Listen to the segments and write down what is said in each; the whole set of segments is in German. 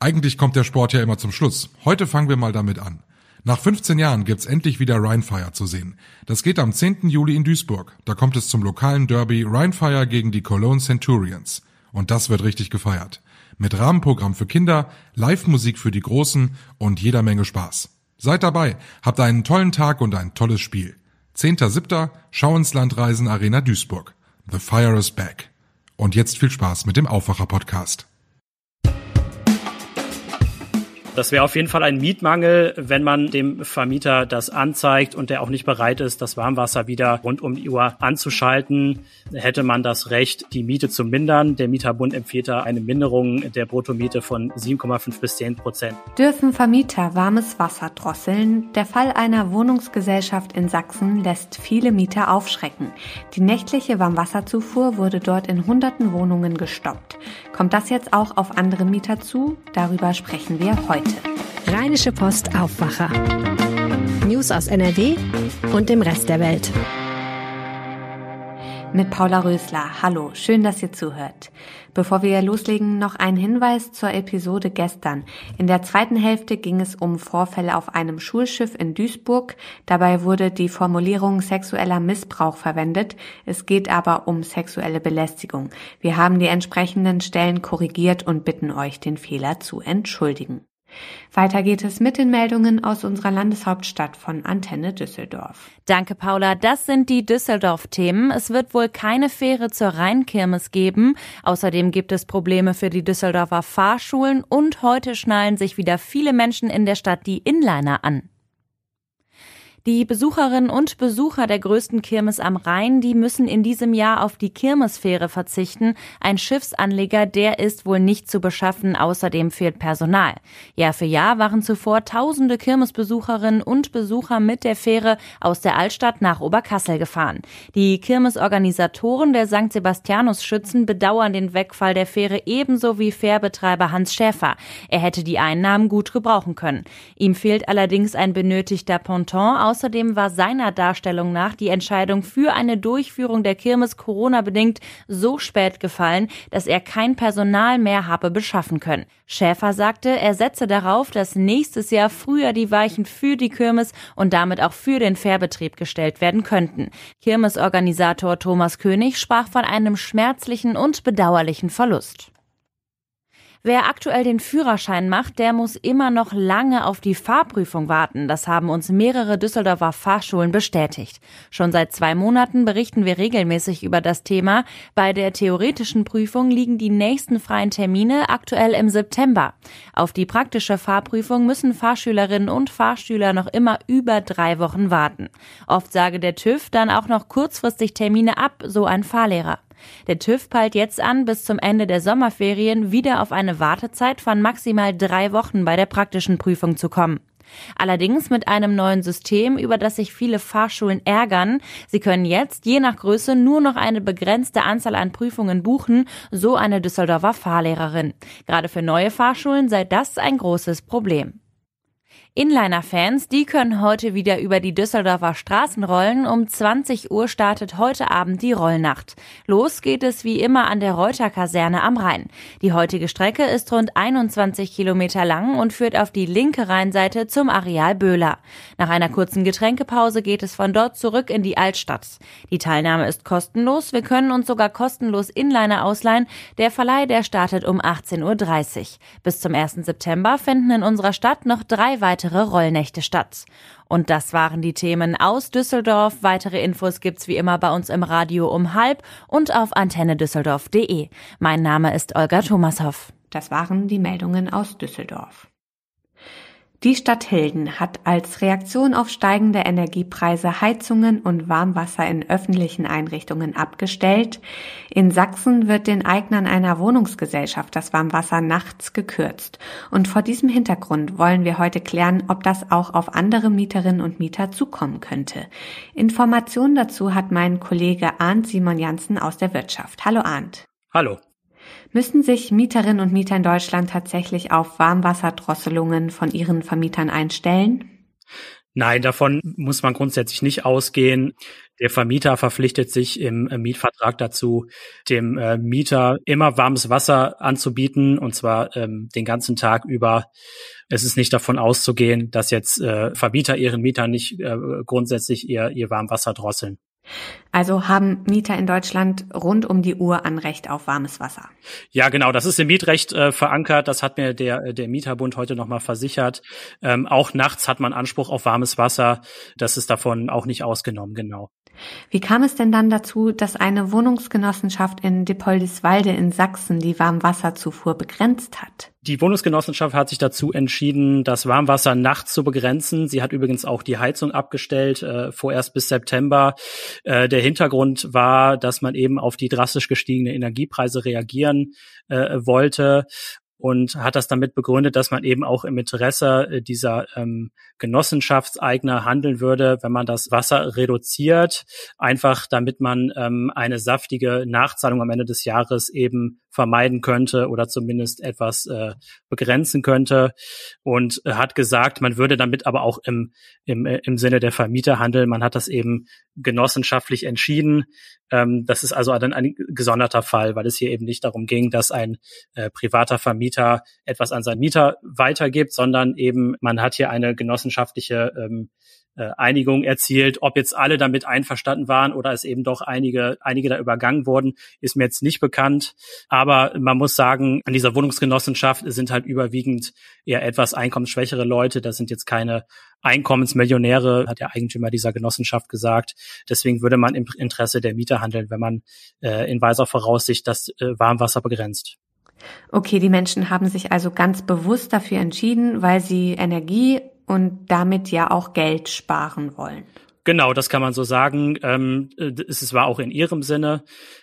Eigentlich kommt der Sport ja immer zum Schluss. Heute fangen wir mal damit an. Nach 15 Jahren gibt's endlich wieder Rheinfire zu sehen. Das geht am 10. Juli in Duisburg. Da kommt es zum lokalen Derby Rheinfire gegen die Cologne Centurions. Und das wird richtig gefeiert. Mit Rahmenprogramm für Kinder, Live-Musik für die Großen und jeder Menge Spaß. Seid dabei, habt einen tollen Tag und ein tolles Spiel. 10.7. Schau ins Land reisen Arena Duisburg. The Fire is back. Und jetzt viel Spaß mit dem Aufwacher-Podcast. Das wäre auf jeden Fall ein Mietmangel, wenn man dem Vermieter das anzeigt und der auch nicht bereit ist, das Warmwasser wieder rund um die Uhr anzuschalten, hätte man das Recht, die Miete zu mindern. Der Mieterbund empfiehlt da eine Minderung der Bruttomiete von 7,5 bis 10%. Dürfen Vermieter warmes Wasser drosseln? Der Fall einer Wohnungsgesellschaft in Sachsen lässt viele Mieter aufschrecken. Die nächtliche Warmwasserzufuhr wurde dort in hunderten Wohnungen gestoppt. Kommt das jetzt auch auf andere Mieter zu? Darüber sprechen wir heute. Rheinische Post Aufwacher. News aus NRW und dem Rest der Welt. Mit Paula Rösler. Hallo, schön, dass ihr zuhört. Bevor wir loslegen, noch ein Hinweis zur Episode gestern. In der zweiten Hälfte ging es um Vorfälle auf einem Schulschiff in Duisburg. Dabei wurde die Formulierung sexueller Missbrauch verwendet. Es geht aber um sexuelle Belästigung. Wir haben die entsprechenden Stellen korrigiert und bitten euch, den Fehler zu entschuldigen. Weiter geht es mit den Meldungen aus unserer Landeshauptstadt von Antenne Düsseldorf. Danke, Paula. Das sind die Düsseldorf-Themen. Es wird wohl keine Fähre zur Rheinkirmes geben. Außerdem gibt es Probleme für die Düsseldorfer Fahrschulen und heute schnallen sich wieder viele Menschen in der Stadt die Inliner an. Die Besucherinnen und Besucher der größten Kirmes am Rhein, die müssen in diesem Jahr auf die Kirmesfähre verzichten. Ein Schiffsanleger, der ist wohl nicht zu beschaffen, außerdem fehlt Personal. Jahr für Jahr waren zuvor tausende Kirmesbesucherinnen und Besucher mit der Fähre aus der Altstadt nach Oberkassel gefahren. Die Kirmesorganisatoren der St. Sebastianus-Schützen bedauern den Wegfall der Fähre ebenso wie Fährbetreiber Hans Schäfer. Er hätte die Einnahmen gut gebrauchen können. Ihm fehlt allerdings ein benötigter Ponton. Außerdem war seiner Darstellung nach die Entscheidung für eine Durchführung der Kirmes Corona-bedingt so spät gefallen, dass er kein Personal mehr habe beschaffen können. Schäfer sagte, er setze darauf, dass nächstes Jahr früher die Weichen für die Kirmes und damit auch für den Fährbetrieb gestellt werden könnten. Kirmesorganisator Thomas König sprach von einem schmerzlichen und bedauerlichen Verlust. Wer aktuell den Führerschein macht, der muss immer noch lange auf die Fahrprüfung warten. Das haben uns mehrere Düsseldorfer Fahrschulen bestätigt. Schon seit 2 Monaten berichten wir regelmäßig über das Thema. Bei der theoretischen Prüfung liegen die nächsten freien Termine aktuell im September. Auf die praktische Fahrprüfung müssen Fahrschülerinnen und Fahrschüler noch immer über 3 Wochen warten. Oft sage der TÜV dann auch noch kurzfristig Termine ab, so ein Fahrlehrer. Der TÜV peilt jetzt an, bis zum Ende der Sommerferien wieder auf eine Wartezeit von maximal 3 Wochen bei der praktischen Prüfung zu kommen. Allerdings mit einem neuen System, über das sich viele Fahrschulen ärgern. Sie können jetzt je nach Größe nur noch eine begrenzte Anzahl an Prüfungen buchen, so eine Düsseldorfer Fahrlehrerin. Gerade für neue Fahrschulen sei das ein großes Problem. Inliner-Fans, die können heute wieder über die Düsseldorfer Straßen rollen. Um 20 Uhr startet heute Abend die Rollnacht. Los geht es wie immer an der Reuter-Kaserne am Rhein. Die heutige Strecke ist rund 21 Kilometer lang und führt auf die linke Rheinseite zum Areal Böhler. Nach einer kurzen Getränkepause geht es von dort zurück in die Altstadt. Die Teilnahme ist kostenlos. Wir können uns sogar kostenlos Inliner ausleihen. Der Verleih, der startet um 18:30 Uhr. Bis zum 1. September finden in unserer Stadt noch 3 weitere Rollnächte statt. Und das waren die Themen aus Düsseldorf. Weitere Infos gibt's wie immer bei uns im Radio um 12:30 und auf antennedüsseldorf.de. Mein Name ist Olga Thomashoff. Das waren die Meldungen aus Düsseldorf. Die Stadt Hilden hat als Reaktion auf steigende Energiepreise Heizungen und Warmwasser in öffentlichen Einrichtungen abgestellt. In Sachsen wird den Eignern einer Wohnungsgesellschaft das Warmwasser nachts gekürzt. Und vor diesem Hintergrund wollen wir heute klären, ob das auch auf andere Mieterinnen und Mieter zukommen könnte. Informationen dazu hat mein Kollege Arndt Simon Janssen aus der Wirtschaft. Hallo Arndt. Hallo. Müssen sich Mieterinnen und Mieter in Deutschland tatsächlich auf Warmwasserdrosselungen von ihren Vermietern einstellen? Nein, davon muss man grundsätzlich nicht ausgehen. Der Vermieter verpflichtet sich im Mietvertrag dazu, dem Mieter immer warmes Wasser anzubieten, und zwar den ganzen Tag über. Es ist nicht davon auszugehen, dass jetzt Vermieter ihren Mietern nicht grundsätzlich ihr Warmwasser drosseln. Also haben Mieter in Deutschland rund um die Uhr Anrecht auf warmes Wasser? Ja, genau. Das ist im Mietrecht verankert. Das hat mir der Mieterbund heute nochmal versichert. Auch nachts hat man Anspruch auf warmes Wasser. Das ist davon auch nicht ausgenommen, genau. Wie kam es denn dann dazu, dass eine Wohnungsgenossenschaft in Dippoldiswalde in Sachsen die Warmwasserzufuhr begrenzt hat? Die Wohnungsgenossenschaft hat sich dazu entschieden, das Warmwasser nachts zu begrenzen. Sie hat übrigens auch die Heizung abgestellt, vorerst bis September. Der Hintergrund war, dass man eben auf die drastisch gestiegenen Energiepreise reagieren wollte. Und hat das damit begründet, dass man eben auch im Interesse dieser Genossenschaftseigner handeln würde, wenn man das Wasser reduziert, einfach damit man eine saftige Nachzahlung am Ende des Jahres eben vermeiden könnte oder zumindest etwas begrenzen könnte, und hat gesagt, man würde damit aber auch im Sinne der Vermieter handeln. Man hat das eben genossenschaftlich entschieden. Das ist also dann ein gesonderter Fall, weil es hier eben nicht darum ging, dass ein privater Vermieter etwas an seinen Mieter weitergibt, sondern eben man hat hier eine genossenschaftliche Einigung erzielt. Ob jetzt alle damit einverstanden waren oder es eben doch einige da übergangen wurden, ist mir jetzt nicht bekannt. Aber man muss sagen, an dieser Wohnungsgenossenschaft sind halt überwiegend eher etwas einkommensschwächere Leute. Das sind jetzt keine Einkommensmillionäre, hat der Eigentümer dieser Genossenschaft gesagt. Deswegen würde man im Interesse der Mieter handeln, wenn man in weiser Voraussicht das Warmwasser begrenzt. Okay, die Menschen haben sich also ganz bewusst dafür entschieden, weil sie Energie und damit ja auch Geld sparen wollen. Genau, das kann man so sagen. Es war auch in ihrem Sinne.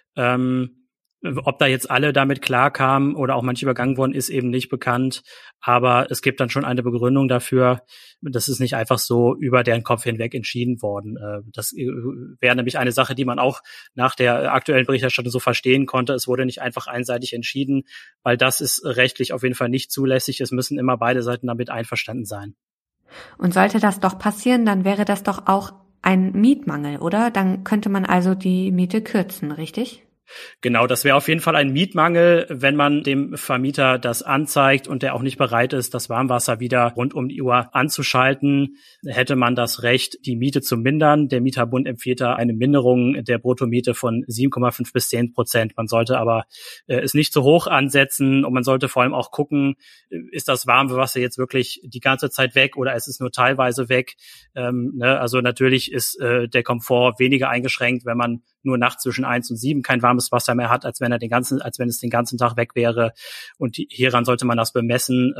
Ob da jetzt alle damit klarkamen oder auch manche übergangen wurden, ist eben nicht bekannt. Aber es gibt dann schon eine Begründung dafür. Das ist nicht einfach so über deren Kopf hinweg entschieden worden. Das wäre nämlich eine Sache, die man auch nach der aktuellen Berichterstattung so verstehen konnte. Es wurde nicht einfach einseitig entschieden, weil das ist rechtlich auf jeden Fall nicht zulässig. Es müssen immer beide Seiten damit einverstanden sein. Und sollte das doch passieren, dann wäre das doch auch ein Mietmangel, oder? Dann könnte man also die Miete kürzen, richtig? Genau, das wäre auf jeden Fall ein Mietmangel, wenn man dem Vermieter das anzeigt und der auch nicht bereit ist, das Warmwasser wieder rund um die Uhr anzuschalten, hätte man das Recht, die Miete zu mindern. Der Mieterbund empfiehlt da eine Minderung der Bruttomiete von 7,5 bis 10%. Man sollte aber es nicht zu hoch ansetzen, und man sollte vor allem auch gucken, ist das Warmwasser jetzt wirklich die ganze Zeit weg oder ist es nur teilweise weg? Also natürlich ist der Komfort weniger eingeschränkt, wenn man nur nachts zwischen 1 und 7 kein warmes Wasser mehr hat, als wenn es den ganzen Tag weg wäre. Und hieran sollte man das bemessen,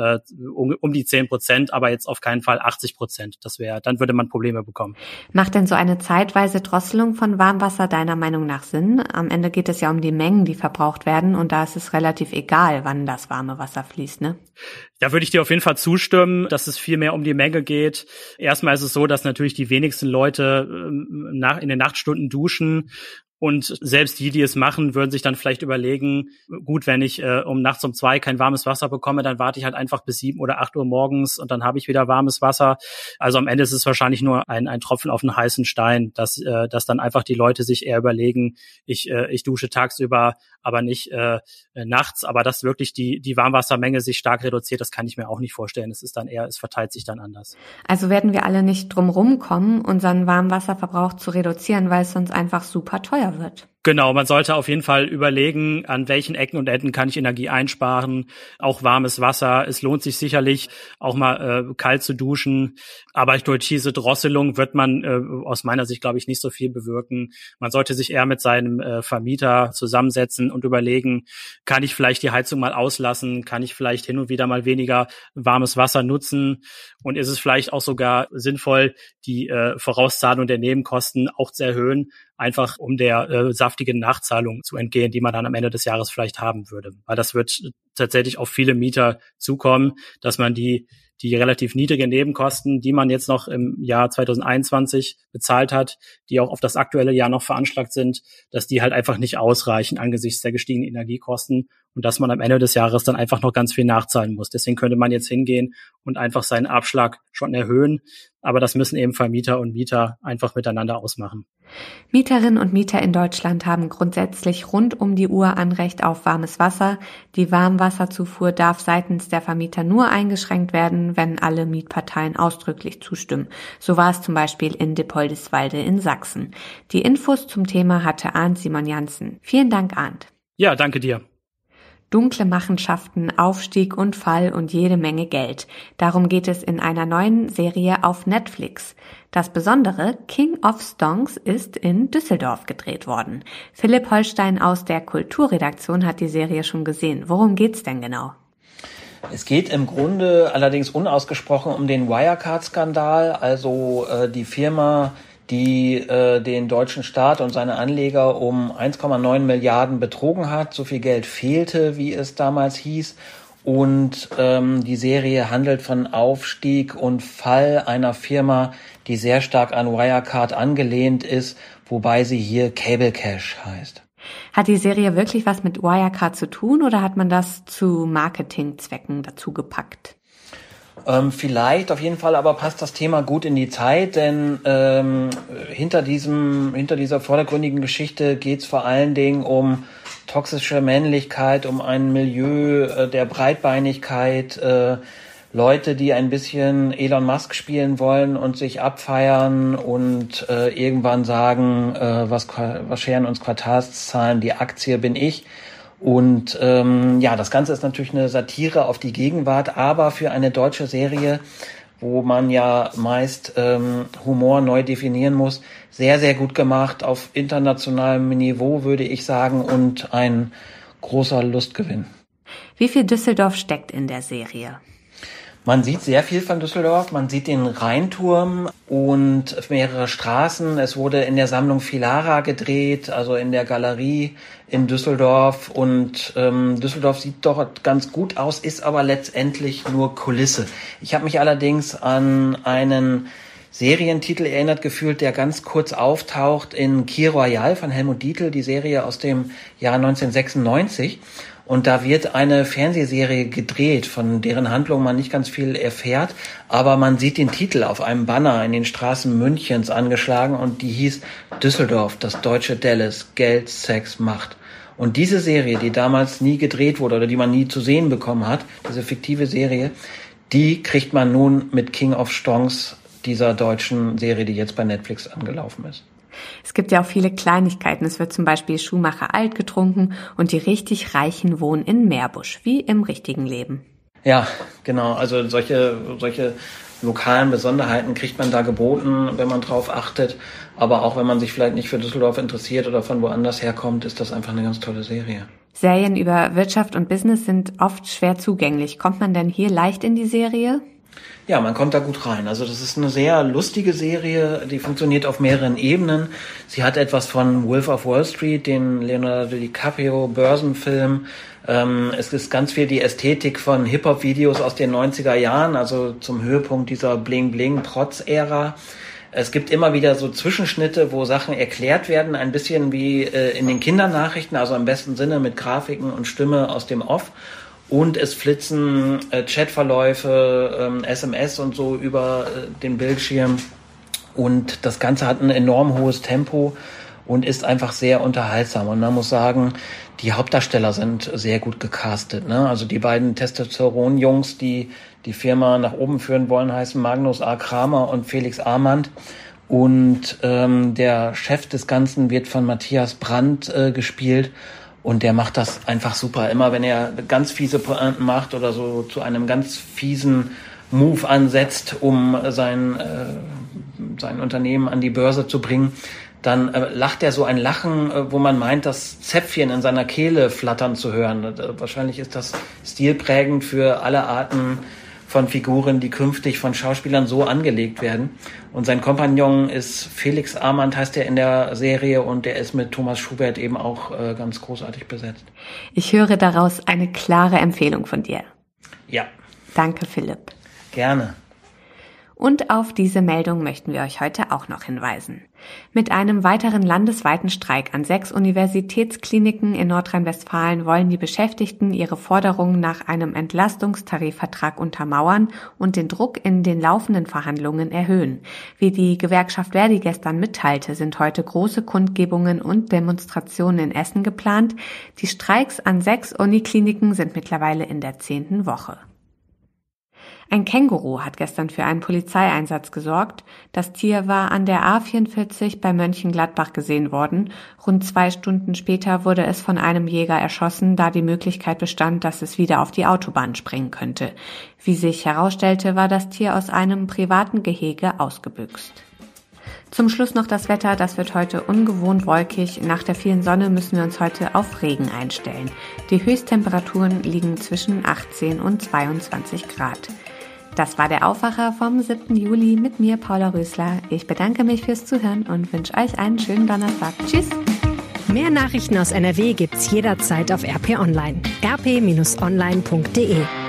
um die 10%, aber jetzt auf keinen Fall 80%. Dann würde man Probleme bekommen. Macht denn so eine zeitweise Drosselung von Warmwasser deiner Meinung nach Sinn? Am Ende geht es ja um die Mengen, die verbraucht werden, und da ist es relativ egal, wann das warme Wasser fließt, ne? Da würde ich dir auf jeden Fall zustimmen, dass es viel mehr um die Menge geht. Erstmal ist es so, dass natürlich die wenigsten Leute in den Nachtstunden duschen. Und selbst die es machen, würden sich dann vielleicht überlegen, gut, wenn ich nachts um 2 kein warmes Wasser bekomme, dann warte ich halt einfach bis 7 oder 8 Uhr morgens und dann habe ich wieder warmes Wasser. Also am Ende ist es wahrscheinlich nur ein Tropfen auf einen heißen Stein, dass dann einfach die Leute sich eher überlegen, ich dusche tagsüber, aber nicht nachts. Aber dass wirklich die Warmwassermenge sich stark reduziert, das kann ich mir auch nicht vorstellen. Es verteilt sich dann anders. Also werden wir alle nicht drum rumkommen, unseren Warmwasserverbrauch zu reduzieren, weil es sonst einfach super teuer wird. Genau, man sollte auf jeden Fall überlegen, an welchen Ecken und Enden kann ich Energie einsparen, auch warmes Wasser. Es lohnt sich sicherlich, auch mal kalt zu duschen, aber durch diese Drosselung wird man aus meiner Sicht, glaube ich, nicht so viel bewirken. Man sollte sich eher mit seinem Vermieter zusammensetzen und überlegen, kann ich vielleicht die Heizung mal auslassen, kann ich vielleicht hin und wieder mal weniger warmes Wasser nutzen, und ist es vielleicht auch sogar sinnvoll, die Vorauszahlung der Nebenkosten auch zu erhöhen, einfach um der saftigen Nachzahlung zu entgehen, die man dann am Ende des Jahres vielleicht haben würde. Weil das wird tatsächlich auf viele Mieter zukommen, dass man die relativ niedrigen Nebenkosten, die man jetzt noch im Jahr 2021 bezahlt hat, die auch auf das aktuelle Jahr noch veranschlagt sind, dass die halt einfach nicht ausreichen angesichts der gestiegenen Energiekosten. und dass man am Ende des Jahres dann einfach noch ganz viel nachzahlen muss. Deswegen könnte man jetzt hingehen und einfach seinen Abschlag schon erhöhen. Aber das müssen eben Vermieter und Mieter einfach miteinander ausmachen. Mieterinnen und Mieter in Deutschland haben grundsätzlich rund um die Uhr Anrecht auf warmes Wasser. Die Warmwasserzufuhr darf seitens der Vermieter nur eingeschränkt werden, wenn alle Mietparteien ausdrücklich zustimmen. So war es zum Beispiel in Dippoldiswalde in Sachsen. Die Infos zum Thema hatte Arndt Simon Janssen. Vielen Dank, Arndt. Ja, danke dir. Dunkle Machenschaften, Aufstieg und Fall und jede Menge Geld. Darum geht es in einer neuen Serie auf Netflix. Das Besondere, King of Stonks ist in Düsseldorf gedreht worden. Philipp Holstein aus der Kulturredaktion hat die Serie schon gesehen. Worum geht's denn genau? Es geht im Grunde allerdings unausgesprochen um den Wirecard-Skandal, also die Firma, die den deutschen Staat und seine Anleger um 1,9 Milliarden betrogen hat. So viel Geld fehlte, wie es damals hieß. Und die Serie handelt von Aufstieg und Fall einer Firma, die sehr stark an Wirecard angelehnt ist, wobei sie hier Cable Cash heißt. Hat die Serie wirklich was mit Wirecard zu tun oder hat man das zu Marketingzwecken dazu gepackt? Vielleicht, auf jeden Fall, aber passt das Thema gut in die Zeit, denn hinter dieser vordergründigen Geschichte geht's vor allen Dingen um toxische Männlichkeit, um ein Milieu der Breitbeinigkeit, Leute, die ein bisschen Elon Musk spielen wollen und sich abfeiern und irgendwann sagen, was scheren uns Quartalszahlen, die Aktie bin ich. Und das Ganze ist natürlich eine Satire auf die Gegenwart, aber für eine deutsche Serie, wo man ja meist Humor neu definieren muss, sehr, sehr gut gemacht, auf internationalem Niveau, würde ich sagen, und ein großer Lustgewinn. Wie viel Düsseldorf steckt in der Serie? Man sieht sehr viel von Düsseldorf, man sieht den Rheinturm und mehrere Straßen. Es wurde in der Sammlung Filara gedreht, also in der Galerie in Düsseldorf. Und Düsseldorf sieht dort ganz gut aus, ist aber letztendlich nur Kulisse. Ich habe mich allerdings an einen Serientitel erinnert gefühlt, der ganz kurz auftaucht in Key Royale von Helmut Dietl, die Serie aus dem Jahr 1996. Und da wird eine Fernsehserie gedreht, von deren Handlung man nicht ganz viel erfährt, aber man sieht den Titel auf einem Banner in den Straßen Münchens angeschlagen und die hieß Düsseldorf, das deutsche Dallas, Geld, Sex, Macht. Und diese Serie, die damals nie gedreht wurde oder die man nie zu sehen bekommen hat, diese fiktive Serie, die kriegt man nun mit King of Stonks, dieser deutschen Serie, die jetzt bei Netflix angelaufen ist. Es gibt ja auch viele Kleinigkeiten. Es wird zum Beispiel Schumacher alt getrunken und die richtig Reichen wohnen in Meerbusch, wie im richtigen Leben. Ja, genau. Also solche lokalen Besonderheiten kriegt man da geboten, wenn man drauf achtet. Aber auch wenn man sich vielleicht nicht für Düsseldorf interessiert oder von woanders herkommt, ist das einfach eine ganz tolle Serie. Serien über Wirtschaft und Business sind oft schwer zugänglich. Kommt man denn hier leicht in die Serie? Ja, man kommt da gut rein. Also das ist eine sehr lustige Serie, die funktioniert auf mehreren Ebenen. Sie hat etwas von Wolf of Wall Street, den Leonardo DiCaprio Börsenfilm. Es ist ganz viel die Ästhetik von Hip-Hop-Videos aus den 90er Jahren, also zum Höhepunkt dieser Bling-Bling-Protz-Ära. Es gibt immer wieder so Zwischenschnitte, wo Sachen erklärt werden, ein bisschen wie in den Kindernachrichten, also im besten Sinne mit Grafiken und Stimme aus dem Off. Und es flitzen Chatverläufe, SMS und so über den Bildschirm. Und das Ganze hat ein enorm hohes Tempo und ist einfach sehr unterhaltsam. Und man muss sagen, die Hauptdarsteller sind sehr gut gecastet, ne? Also die beiden Testosteron-Jungs, die die Firma nach oben führen wollen, heißen Magnus A. Kramer und Felix Armand. Und der Chef des Ganzen wird von Matthias Brandt gespielt. Und der macht das einfach super. Immer wenn er ganz fiese Pointen macht oder so zu einem ganz fiesen Move ansetzt, um sein Unternehmen an die Börse zu bringen, dann lacht er so ein Lachen, wo man meint, das Zäpfchen in seiner Kehle flattern zu hören. Wahrscheinlich ist das stilprägend für alle Arten von Figuren, die künftig von Schauspielern so angelegt werden. Und sein Kompagnon ist Felix Armand, heißt er in der Serie, und der ist mit Thomas Schubert eben auch ganz großartig besetzt. Ich höre daraus eine klare Empfehlung von dir. Ja. Danke, Philipp. Gerne. Und auf diese Meldung möchten wir euch heute auch noch hinweisen. Mit einem weiteren landesweiten Streik an 6 Universitätskliniken in Nordrhein-Westfalen wollen die Beschäftigten ihre Forderungen nach einem Entlastungstarifvertrag untermauern und den Druck in den laufenden Verhandlungen erhöhen. Wie die Gewerkschaft Verdi gestern mitteilte, sind heute große Kundgebungen und Demonstrationen in Essen geplant. Die Streiks an 6 Unikliniken sind mittlerweile in der 10. Woche. Ein Känguru hat gestern für einen Polizeieinsatz gesorgt. Das Tier war an der A44 bei Mönchengladbach gesehen worden. Rund 2 Stunden später wurde es von einem Jäger erschossen, da die Möglichkeit bestand, dass es wieder auf die Autobahn springen könnte. Wie sich herausstellte, war das Tier aus einem privaten Gehege ausgebüxt. Zum Schluss noch das Wetter. Das wird heute ungewohnt wolkig. Nach der vielen Sonne müssen wir uns heute auf Regen einstellen. Die Höchsttemperaturen liegen zwischen 18 und 22 Grad. Das war der Aufwacher vom 7. Juli mit mir, Paula Rösler. Ich bedanke mich fürs Zuhören und wünsche euch einen schönen Donnerstag. Tschüss! Mehr Nachrichten aus NRW gibt's jederzeit auf RP Online. rp-online.de